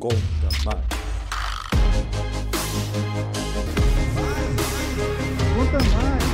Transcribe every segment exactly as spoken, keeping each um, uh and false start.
Conta mais. Conta mais.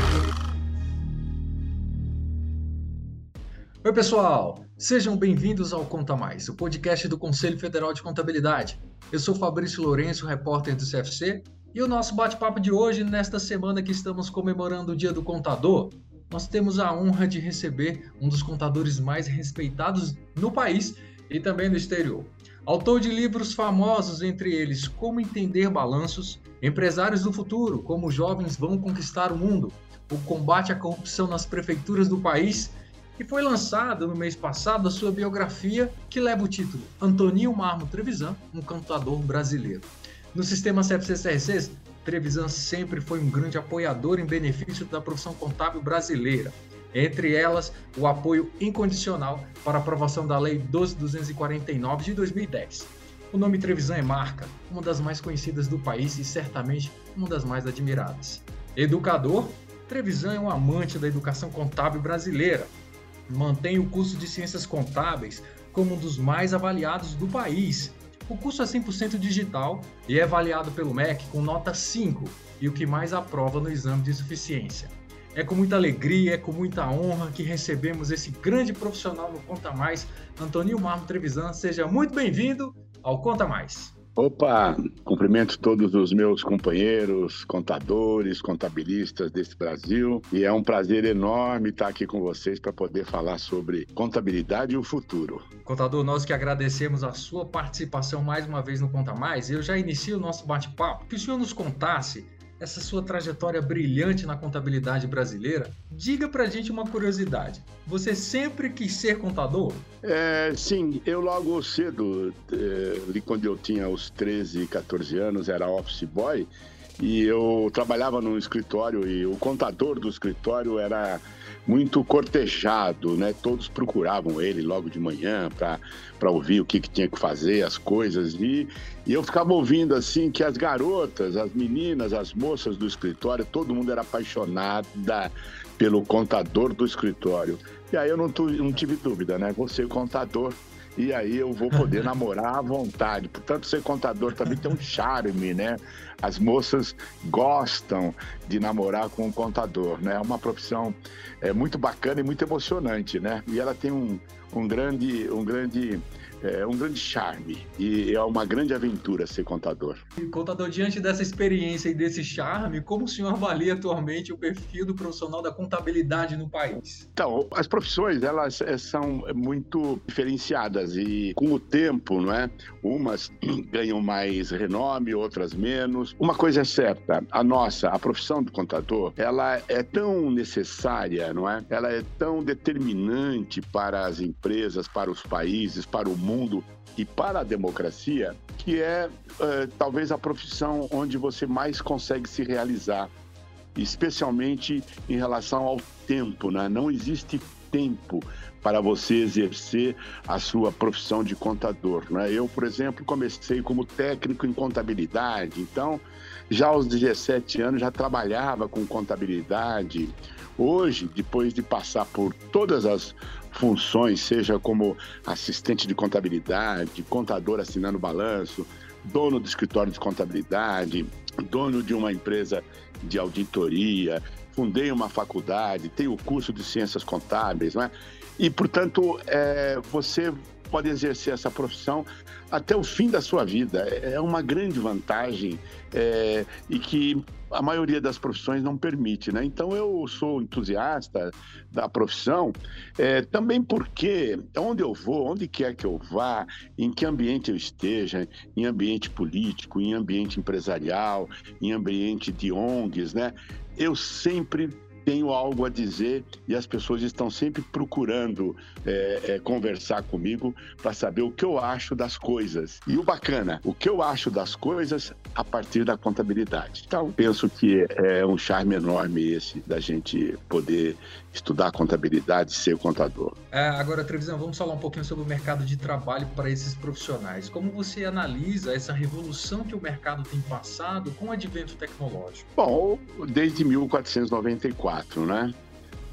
Oi, pessoal. Sejam bem-vindos ao Conta Mais, o podcast do Conselho Federal de Contabilidade. Eu sou Fabrício Lourenço, repórter do C F C, e o nosso bate-papo de hoje, nesta semana que estamos comemorando o Dia do Contador, nós temos a honra de receber um dos contadores mais respeitados no país e também no exterior. Autor de livros famosos, entre eles Como Entender Balanços, Empresários do Futuro, Como Jovens Vão Conquistar o Mundo, O Combate à Corrupção nas Prefeituras do País, e foi lançada no mês passado a sua biografia, que leva o título Antoninho Marmo Trevisan, um contador brasileiro. No sistema C F C C R C, Trevisan sempre foi um grande apoiador em benefício da profissão contábil brasileira. Entre elas, o apoio incondicional para a aprovação da Lei doze mil duzentos e quarenta e nove de dois mil e dez. O nome Trevisan é marca, uma das mais conhecidas do país e certamente uma das mais admiradas. Educador, Trevisan é um amante da educação contábil brasileira. Mantém o curso de Ciências Contábeis como um dos mais avaliados do país. O curso é cem por cento digital e é avaliado pelo M E C com nota cinco e o que mais aprova no exame de suficiência. É com muita alegria, é com muita honra que recebemos esse grande profissional no Conta Mais, Antoninho Marmo Trevisan. Seja muito bem-vindo ao Conta Mais. Opa, cumprimento todos os meus companheiros, contadores, contabilistas desse Brasil, e é um prazer enorme estar aqui com vocês para poder falar sobre contabilidade e o futuro. Contador, nós que agradecemos a sua participação mais uma vez no Conta Mais. Eu já inicio o nosso bate-papo, que o senhor nos contasse essa sua trajetória brilhante na contabilidade brasileira. Diga pra gente uma curiosidade. Você sempre quis ser contador? É, sim, eu logo cedo, ali quando eu tinha os treze, quatorze anos, era office boy, e eu trabalhava num escritório e o contador do escritório era muito cortejado, né? Todos procuravam ele logo de manhã para ouvir o que, que tinha que fazer, as coisas. E, e eu ficava ouvindo assim que as garotas, as meninas, as moças do escritório, todo mundo era apaixonada pelo contador do escritório. E aí eu não, tu, não tive dúvida, né? Vou ser contador. E aí eu vou poder namorar à vontade. Portanto, ser contador também tem um charme, né? As moças gostam de namorar com um contador, né? É uma profissão é, muito bacana e muito emocionante, né? E ela tem um, um grande, um grande, é, um grande charme. E é uma grande aventura ser contador. Contador, diante dessa experiência e desse charme, como o senhor avalia atualmente o perfil do profissional da contabilidade no país? Então, as profissões, elas é, são muito diferenciadas e com o tempo, não é? Umas ganham mais renome, outras menos. Uma coisa é certa, a nossa, a profissão do contador, ela é tão necessária, não é? Ela é tão determinante para as empresas, para os países, para o mundo e para a democracia, que é, é talvez a profissão onde você mais consegue se realizar, especialmente em relação ao tempo, né? Não existe tempo para você exercer a sua profissão de contador, né? Eu, por exemplo, comecei como técnico em contabilidade, então já aos dezessete anos já trabalhava com contabilidade. Hoje, depois de passar por todas as funções, seja como assistente de contabilidade, contador assinando balanço, dono do escritório de contabilidade, dono de uma empresa de auditoria, fundei uma faculdade, tenho o curso de ciências contábeis, não é? E, portanto, é, você pode exercer essa profissão até o fim da sua vida. É uma grande vantagem é, e que a maioria das profissões não permite, né? Então, eu sou entusiasta da profissão, é, também porque onde eu vou, onde quer que eu vá, em que ambiente eu esteja, em ambiente político, em ambiente empresarial, em ambiente de O N Gs, né? Eu sempre tenho algo a dizer e as pessoas estão sempre procurando é, é, conversar comigo para saber o que eu acho das coisas. E o bacana, o que eu acho das coisas a partir da contabilidade. Então, penso que é um charme enorme esse da gente poder estudar contabilidade e ser contador. É, agora, Trevisan, vamos falar um pouquinho sobre o mercado de trabalho para esses profissionais. Como você analisa essa revolução que o mercado tem passado com o advento tecnológico? Bom, desde mil quatrocentos e noventa e quatro, né?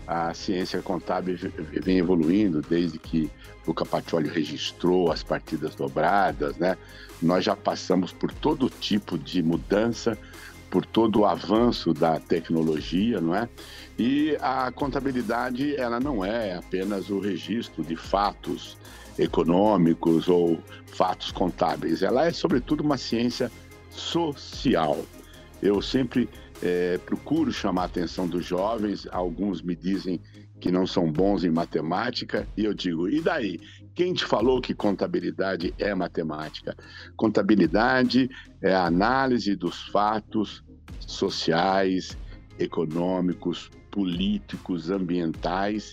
a ciência contábil vem evoluindo desde que Luca Pacioli registrou as partidas dobradas, né? Nós já passamos por todo tipo de mudança, por todo o avanço da tecnologia, não é? E a contabilidade, ela não é apenas o registro de fatos econômicos ou fatos contábeis. Ela é, sobretudo, uma ciência social. Eu sempre é, procuro chamar a atenção dos jovens. Alguns me dizem que não são bons em matemática, e eu digo, e daí? Quem te falou que contabilidade é matemática? Contabilidade é a análise dos fatos sociais, econômicos, políticos, ambientais,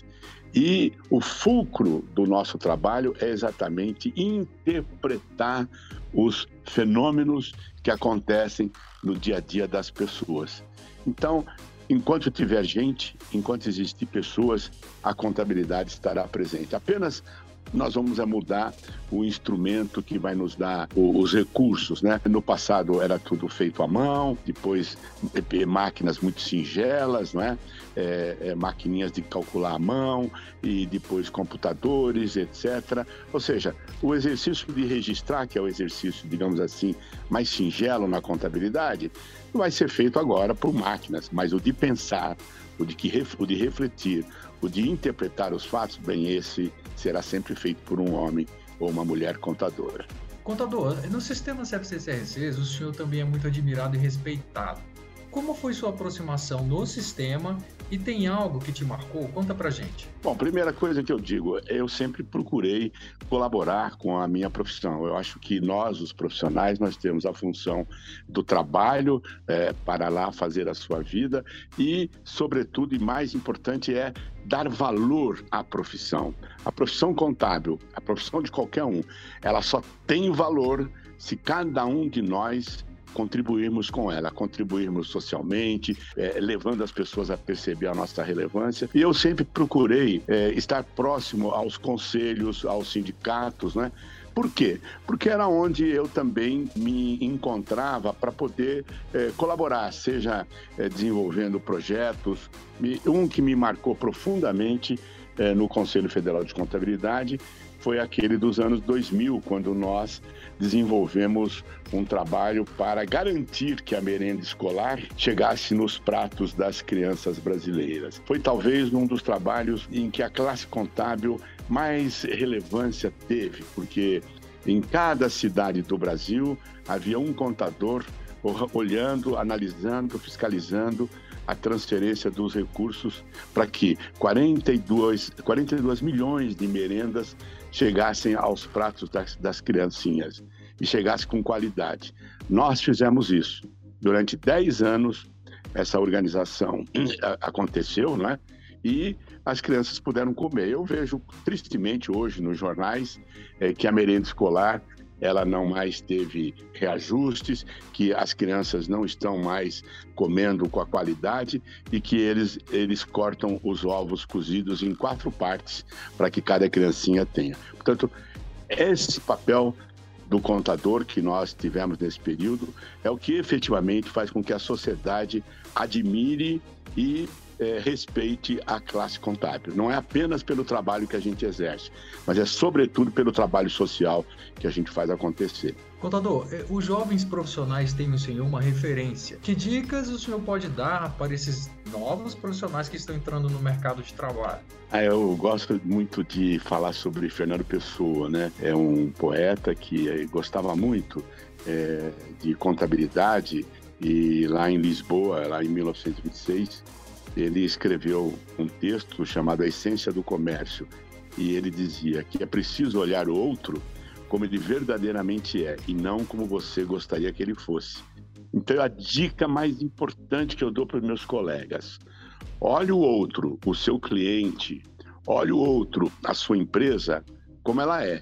e o fulcro do nosso trabalho é exatamente interpretar os fenômenos que acontecem no dia a dia das pessoas. Então, enquanto tiver gente, enquanto existir pessoas, a contabilidade estará presente. Apenas nós vamos mudar o instrumento que vai nos dar os recursos, né? No passado era tudo feito à mão, depois máquinas muito singelas, não é? É, é, maquininhas de calcular à mão, e depois computadores, etcétera. Ou seja, o exercício de registrar, que é o exercício, digamos assim, mais singelo na contabilidade, vai ser feito agora por máquinas, mas o de pensar, o de, que, o de refletir, o de interpretar os fatos, bem, esse será sempre feito por um homem ou uma mulher contadora. Contador, nos sistemas F C C R Cs, o senhor também é muito admirado e respeitado. Como foi sua aproximação no sistema e tem algo que te marcou? Conta pra gente. Bom, primeira coisa que eu digo, eu sempre procurei colaborar com a minha profissão. Eu acho que nós, os profissionais, nós temos a função do trabalho é, para lá fazer a sua vida e, sobretudo, e mais importante, é dar valor à profissão. A profissão contábil, a profissão de qualquer um, ela só tem valor se cada um de nós contribuirmos com ela, contribuirmos socialmente, é, levando as pessoas a perceber a nossa relevância. E eu sempre procurei é, estar próximo aos conselhos, aos sindicatos, né? Por quê? Porque era onde eu também me encontrava para poder é, colaborar, seja é, desenvolvendo projetos. Um que me marcou profundamente é, no Conselho Federal de Contabilidade foi aquele dos anos dois mil, quando nós desenvolvemos um trabalho para garantir que a merenda escolar chegasse nos pratos das crianças brasileiras. Foi talvez um dos trabalhos em que a classe contábil mais relevância teve, porque em cada cidade do Brasil havia um contador olhando, analisando, fiscalizando a transferência dos recursos para que quarenta e dois milhões de merendas chegassem aos pratos das, das criancinhas e chegasse com qualidade. Nós fizemos isso. Durante dez anos, essa organização aconteceu, não é? E as crianças puderam comer. Eu vejo tristemente hoje nos jornais é, que a merenda escolar ela não mais teve reajustes, que as crianças não estão mais comendo com a qualidade e que eles, eles cortam os ovos cozidos em quatro partes para que cada criancinha tenha. Portanto, esse papel do contador que nós tivemos nesse período é o que efetivamente faz com que a sociedade admire e É, respeite a classe contábil. Não é apenas pelo trabalho que a gente exerce, mas é sobretudo pelo trabalho social que a gente faz acontecer. Contador, os jovens profissionais têm no senhor uma referência. Que dicas o senhor pode dar para esses novos profissionais que estão entrando no mercado de trabalho? Ah, eu gosto muito de falar sobre Fernando Pessoa, né? É um poeta que gostava muito é, de contabilidade e lá em Lisboa, lá em mil novecentos e vinte e seis, ele escreveu um texto chamado A Essência do Comércio, e ele dizia que é preciso olhar o outro como ele verdadeiramente é e não como você gostaria que ele fosse. Então, a dica mais importante que eu dou para os meus colegas: olhe o outro, o seu cliente, olhe o outro, a sua empresa, como ela é,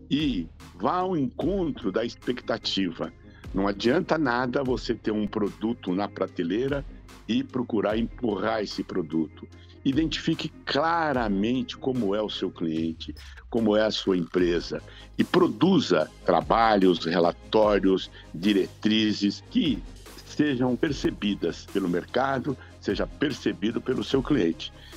e vá ao encontro da expectativa. Não adianta nada você ter um produto na prateleira e procurar empurrar esse produto. Identifique claramente como é o seu cliente, como é a sua empresa e produza trabalhos, relatórios, diretrizes que sejam percebidas pelo mercado, seja percebido pelo seu cliente.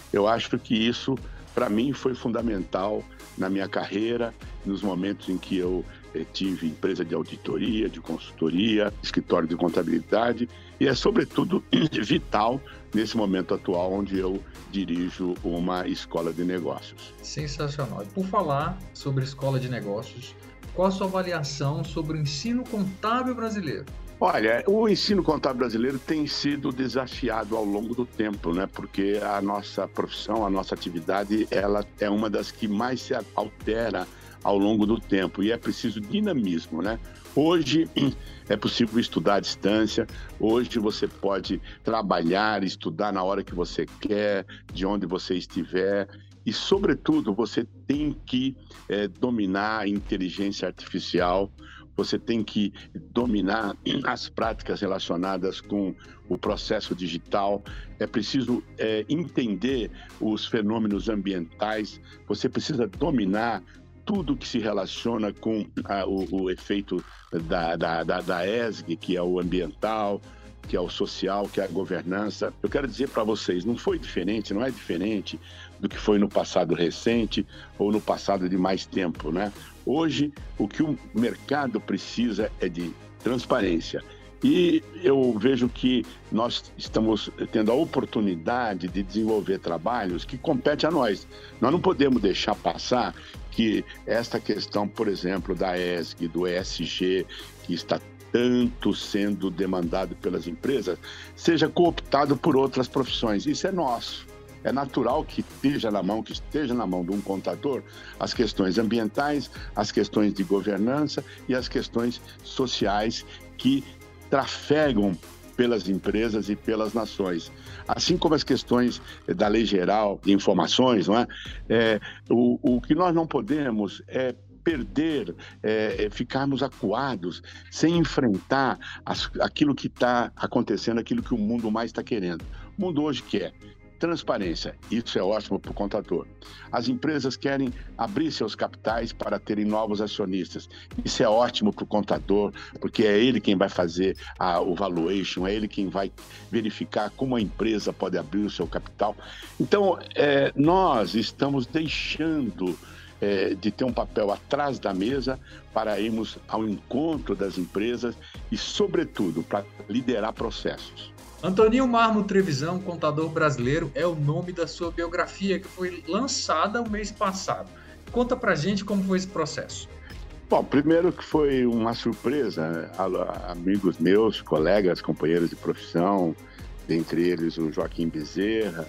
Eu acho que isso, para mim, foi fundamental na minha carreira, nos momentos em que eu eh, tive empresa de auditoria, de consultoria, escritório de contabilidade, e é, sobretudo, vital nesse momento atual, onde eu dirijo uma escola de negócios. Sensacional. E por falar sobre escola de negócios, qual a sua avaliação sobre o ensino contábil brasileiro? Olha, o ensino contábil brasileiro tem sido desafiado ao longo do tempo, né? Porque a nossa profissão, a nossa atividade, ela é uma das que mais se altera ao longo do tempo e é preciso dinamismo, né? Hoje é possível estudar à distância, hoje você pode trabalhar, estudar na hora que você quer, de onde você estiver. E, sobretudo, você tem que é, dominar a inteligência artificial, você tem que dominar as práticas relacionadas com o processo digital, é preciso é, entender os fenômenos ambientais, você precisa dominar tudo que se relaciona com a, o, o efeito da, da, da, da E S G, que é o ambiental, que é o social, que é a governança. Eu quero dizer para vocês, não foi diferente, não é diferente do que foi no passado recente ou no passado de mais tempo, né? Hoje, o que o mercado precisa é de transparência. E eu vejo que nós estamos tendo a oportunidade de desenvolver trabalhos que competem a nós. Nós não podemos deixar passar que esta questão, por exemplo, da E S G, do E S G, que está tanto sendo demandado pelas empresas, seja cooptado por outras profissões. Isso é nosso. É natural que esteja na mão, que esteja na mão de um contador, as questões ambientais, as questões de governança e as questões sociais que trafegam pelas empresas e pelas nações. Assim como as questões da Lei Geral de Informações, não é? É, o, o que nós não podemos é perder, é, ficarmos acuados, sem enfrentar as, aquilo que está acontecendo, aquilo que o mundo mais está querendo. O mundo hoje quer transparência, isso é ótimo para o contador. As empresas querem abrir seus capitais para terem novos acionistas. Isso é ótimo para o contador, porque é ele quem vai fazer a, o valuation, é ele quem vai verificar como a empresa pode abrir o seu capital. Então, é, nós estamos deixando é, de ter um papel atrás da mesa para irmos ao encontro das empresas e, sobretudo, para liderar processos. Antoninho Marmo Trevisan, contador brasileiro, é o nome da sua biografia que foi lançada o mês passado. Conta pra gente como foi esse processo. Bom, primeiro que foi uma surpresa, amigos meus, colegas, companheiros de profissão, dentre eles o Joaquim Bezerra,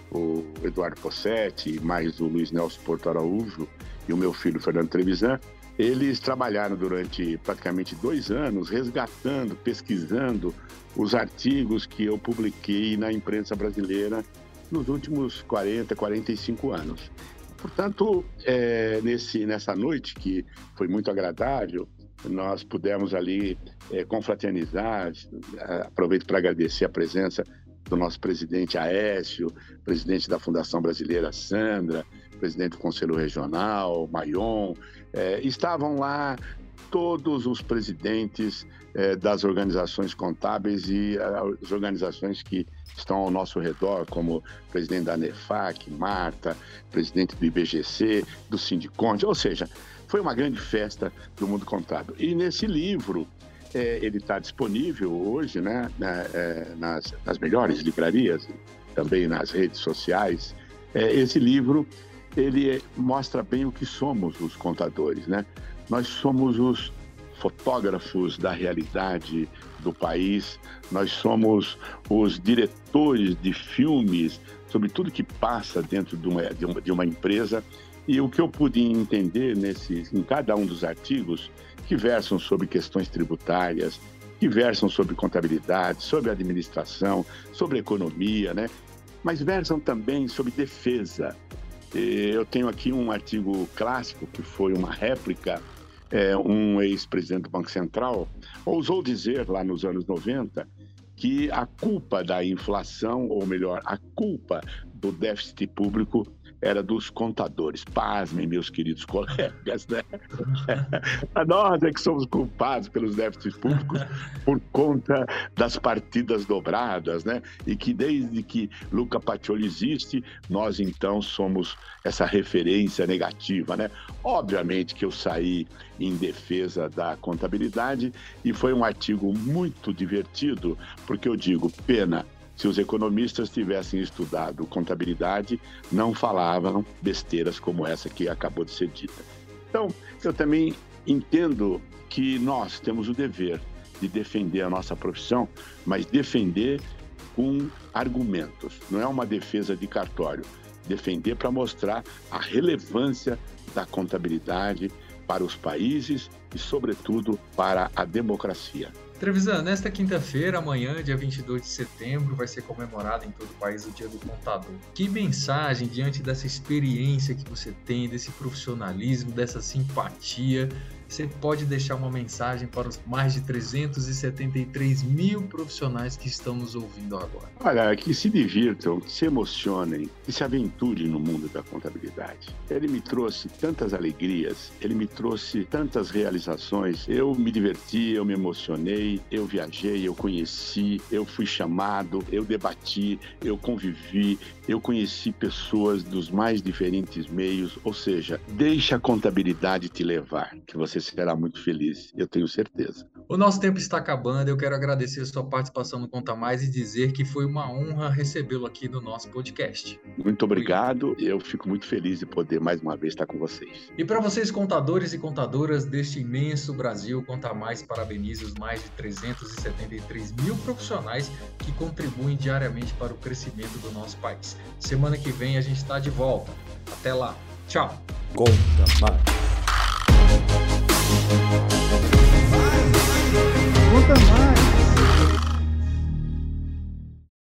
o Eduardo Possetti, mais o Luiz Nelson Porto Araújo e o meu filho Fernando Trevisan, eles trabalharam durante praticamente dois anos resgatando, pesquisando os artigos que eu publiquei na imprensa brasileira nos últimos quarenta, quarenta e cinco anos. Portanto, é, nesse, nessa noite, que foi muito agradável, nós pudemos ali é, confraternizar. Aproveito para agradecer a presença do nosso presidente Aécio, presidente da Fundação Brasileira Sandra, presidente do Conselho Regional, Maion. É, estavam lá todos os presidentes é, das organizações contábeis e as organizações que estão ao nosso redor, como o presidente da ANEFAC, Marta, presidente do I B G C, do Sindiconte, ou seja, foi uma grande festa do mundo contábil. E nesse livro, é, ele está disponível hoje, né, na, é, nas, nas melhores livrarias, também nas redes sociais. É, esse livro, ele mostra bem o que somos os contadores, né? Nós somos os fotógrafos da realidade do país, nós somos os diretores de filmes sobre tudo que passa dentro de uma, de uma, de uma empresa. E o que eu pude entender nesse, em cada um dos artigos, que versam sobre questões tributárias, que versam sobre contabilidade, sobre administração, sobre economia, né? Mas versam também sobre defesa. Eu tenho aqui um artigo clássico, que foi uma réplica. É, um ex-presidente do Banco Central ousou dizer, lá nos anos noventa, que a culpa da inflação, ou melhor, a culpa do déficit público era dos contadores. Pasmem, meus queridos colegas, né? Nós é que somos culpados pelos déficits públicos por conta das partidas dobradas, né? E que desde que Luca Pacioli existe, nós então somos essa referência negativa, né? Obviamente que eu saí em defesa da contabilidade e foi um artigo muito divertido, porque eu digo, pena, se os economistas tivessem estudado contabilidade, não falavam besteiras como essa que acabou de ser dita. Então, eu também entendo que nós temos o dever de defender a nossa profissão, mas defender com argumentos. Não é uma defesa de cartório. Defender para mostrar a relevância da contabilidade para os países e, sobretudo, para a democracia. Trevisan, nesta quinta-feira, amanhã, dia vinte e dois de setembro, vai ser comemorado em todo o país o Dia do Contador. Que mensagem, diante dessa experiência que você tem, desse profissionalismo, dessa simpatia, você pode deixar uma mensagem para os mais de trezentos e setenta e três mil profissionais que estão nos ouvindo agora? Olha, que se divirtam, que se emocionem, que se aventurem no mundo da contabilidade. Ele me trouxe tantas alegrias, ele me trouxe tantas realizações. Eu me diverti, eu me emocionei, eu viajei, eu conheci, eu fui chamado, eu debati, eu convivi, eu conheci pessoas dos mais diferentes meios, ou seja, deixa a contabilidade te levar, que você será muito feliz, eu tenho certeza. O nosso tempo está acabando, eu quero agradecer a sua participação no Conta Mais e dizer que foi uma honra recebê-lo aqui no nosso podcast. Muito obrigado, eu fico muito feliz de poder mais uma vez estar com vocês. E para vocês, contadores e contadoras deste imenso Brasil, Conta Mais parabeniza os mais de trezentos e setenta e três mil profissionais que contribuem diariamente para o crescimento do nosso país. Semana que vem a gente está de volta. Até lá. Tchau. Conta Mais. Conta Mais.